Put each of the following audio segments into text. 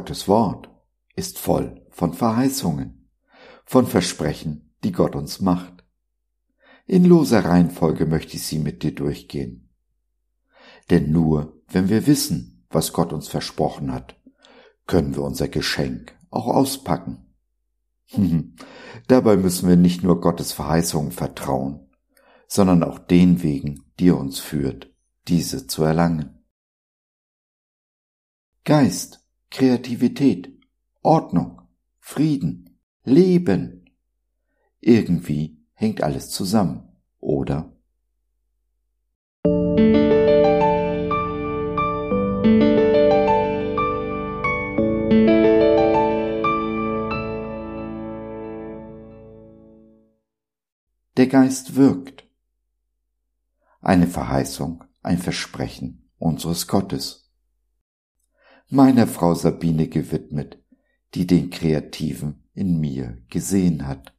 Gottes Wort ist voll von Verheißungen, von Versprechen, die Gott uns macht. In loser Reihenfolge möchte ich sie mit dir durchgehen. Denn nur wenn wir wissen, was Gott uns versprochen hat, können wir unser Geschenk auch auspacken. Dabei müssen wir nicht nur Gottes Verheißungen vertrauen, sondern auch den Wegen, die er uns führt, diese zu erlangen. Geist, Kreativität, Ordnung, Frieden, Leben. Irgendwie hängt alles zusammen, oder? Der Geist wirkt. Eine Verheißung, ein Versprechen unseres Gottes. Meiner Frau Sabine gewidmet, die den Kreativen in mir gesehen hat.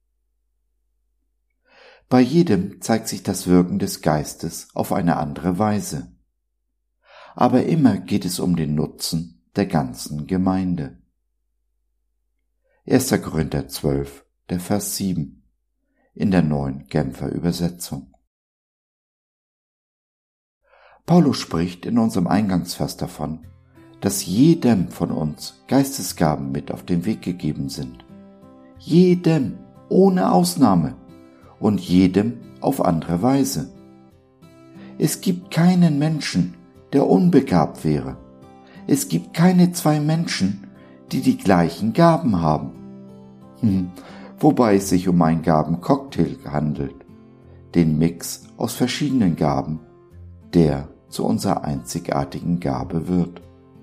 Bei jedem zeigt sich das Wirken des Geistes auf eine andere Weise. Aber immer geht es um den Nutzen der ganzen Gemeinde. 1. Korinther 12, der Vers 7. In der Neuen Genfer Übersetzung. Paulus spricht in unserem Eingangsvers davon, dass jedem von uns Geistesgaben mit auf den Weg gegeben sind. Jedem, ohne Ausnahme, und jedem auf andere Weise. Es gibt keinen Menschen, der unbegabt wäre. Es gibt keine zwei Menschen, die die gleichen Gaben haben. Wobei es sich um einen Gabencocktail handelt, den Mix aus verschiedenen Gaben, der zu unserer einzigartigen Gabe wird.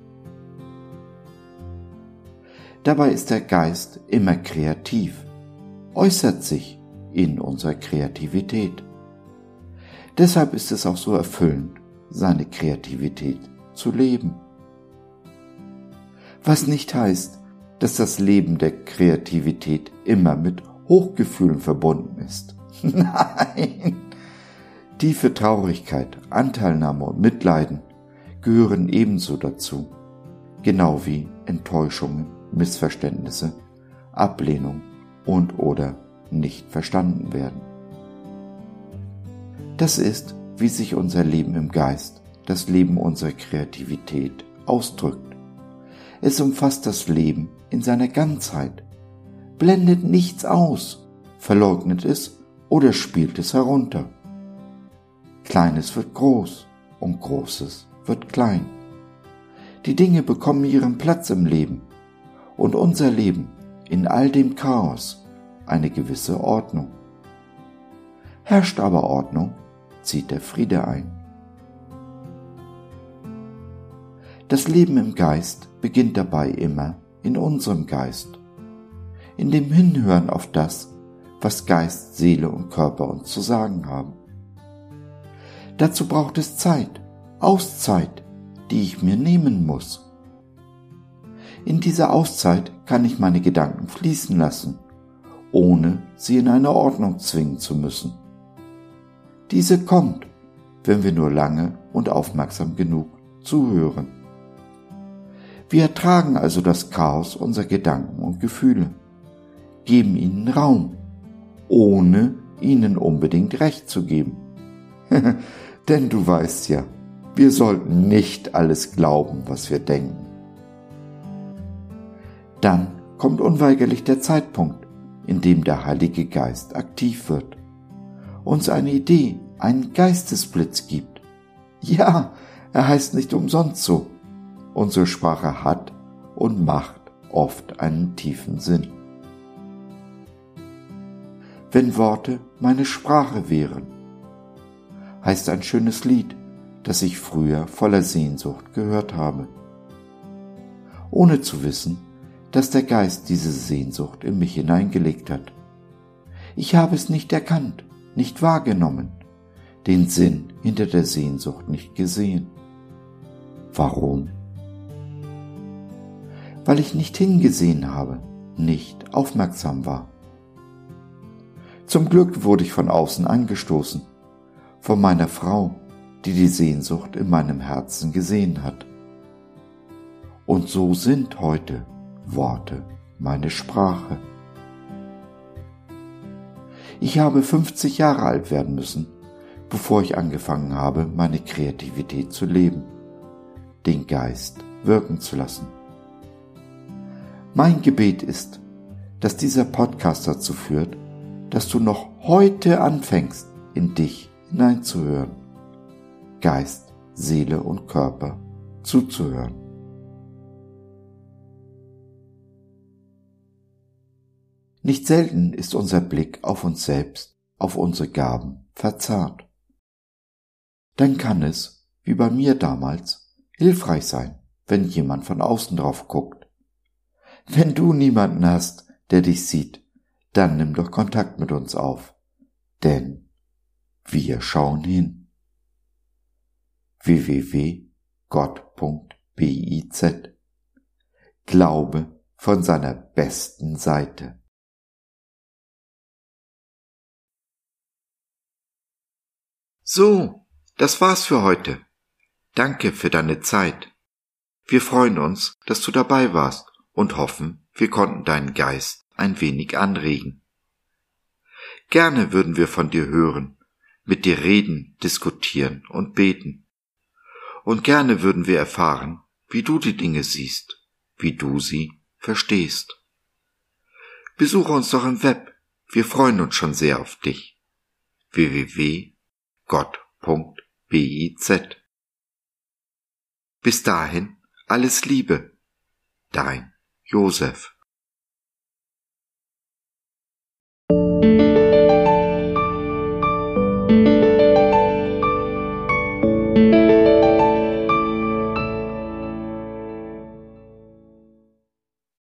Dabei ist der Geist immer kreativ, äußert sich in unserer Kreativität. Deshalb ist es auch so erfüllend, seine Kreativität zu leben. Was nicht heißt, dass das Leben der Kreativität immer mit Hochgefühlen verbunden ist. Nein! Tiefe Traurigkeit, Anteilnahme und Mitleiden gehören ebenso dazu, genau wie Enttäuschungen, Missverständnisse, Ablehnung und/oder nicht verstanden werden. Das ist, wie sich unser Leben im Geist, das Leben unserer Kreativität ausdrückt. Es umfasst das Leben in seiner Ganzheit, blendet nichts aus, verleugnet es oder spielt es herunter. Kleines wird groß und Großes wird klein. Die Dinge bekommen ihren Platz im Leben und unser Leben in all dem Chaos eine gewisse Ordnung. Herrscht aber Ordnung, zieht der Friede ein. Das Leben im Geist beginnt dabei immer in unserem Geist, in dem Hinhören auf das, was Geist, Seele und Körper uns zu sagen haben. Dazu braucht es Zeit, Auszeit, die ich mir nehmen muss. In dieser Auszeit kann ich meine Gedanken fließen lassen, ohne sie in eine Ordnung zwingen zu müssen. Diese kommt, wenn wir nur lange und aufmerksam genug zuhören. Wir ertragen also das Chaos unserer Gedanken und Gefühle, geben ihnen Raum, ohne ihnen unbedingt Recht zu geben. Denn du weißt ja, wir sollten nicht alles glauben, was wir denken. Dann kommt unweigerlich der Zeitpunkt, in dem der Heilige Geist aktiv wird, uns eine Idee, einen Geistesblitz gibt. Ja, er heißt nicht umsonst so. Unsere Sprache hat und macht oft einen tiefen Sinn. Wenn Worte meine Sprache wären, heißt ein schönes Lied, das ich früher voller Sehnsucht gehört habe, ohne zu wissen, dass der Geist diese Sehnsucht in mich hineingelegt hat. Ich habe es nicht erkannt, nicht wahrgenommen, den Sinn hinter der Sehnsucht nicht gesehen. Warum? Weil ich nicht hingesehen habe, nicht aufmerksam war. Zum Glück wurde ich von außen angestoßen, von meiner Frau, die die Sehnsucht in meinem Herzen gesehen hat. Und so sind heute Worte meine Sprache. Ich habe 50 Jahre alt werden müssen, bevor ich angefangen habe, meine Kreativität zu leben, den Geist wirken zu lassen. Mein Gebet ist, dass dieser Podcast dazu führt, dass du noch heute anfängst, in dich hineinzuhören, Geist, Seele und Körper zuzuhören. Nicht selten ist unser Blick auf uns selbst, auf unsere Gaben verzerrt. Dann kann es, wie bei mir damals, hilfreich sein, wenn jemand von außen drauf guckt. Wenn du niemanden hast, der dich sieht, dann nimm doch Kontakt mit uns auf, denn wir schauen hin. www.gott.biz Glaube von seiner besten Seite. So, das war's für heute. Danke für deine Zeit. Wir freuen uns, dass du dabei warst und hoffen, wir konnten deinen Geist ein wenig anregen. Gerne würden wir von dir hören, mit dir reden, diskutieren und beten. Und gerne würden wir erfahren, wie du die Dinge siehst, wie du sie verstehst. Besuche uns doch im Web, wir freuen uns schon sehr auf dich. www.gott.biz Bis dahin alles Liebe, dein Josef.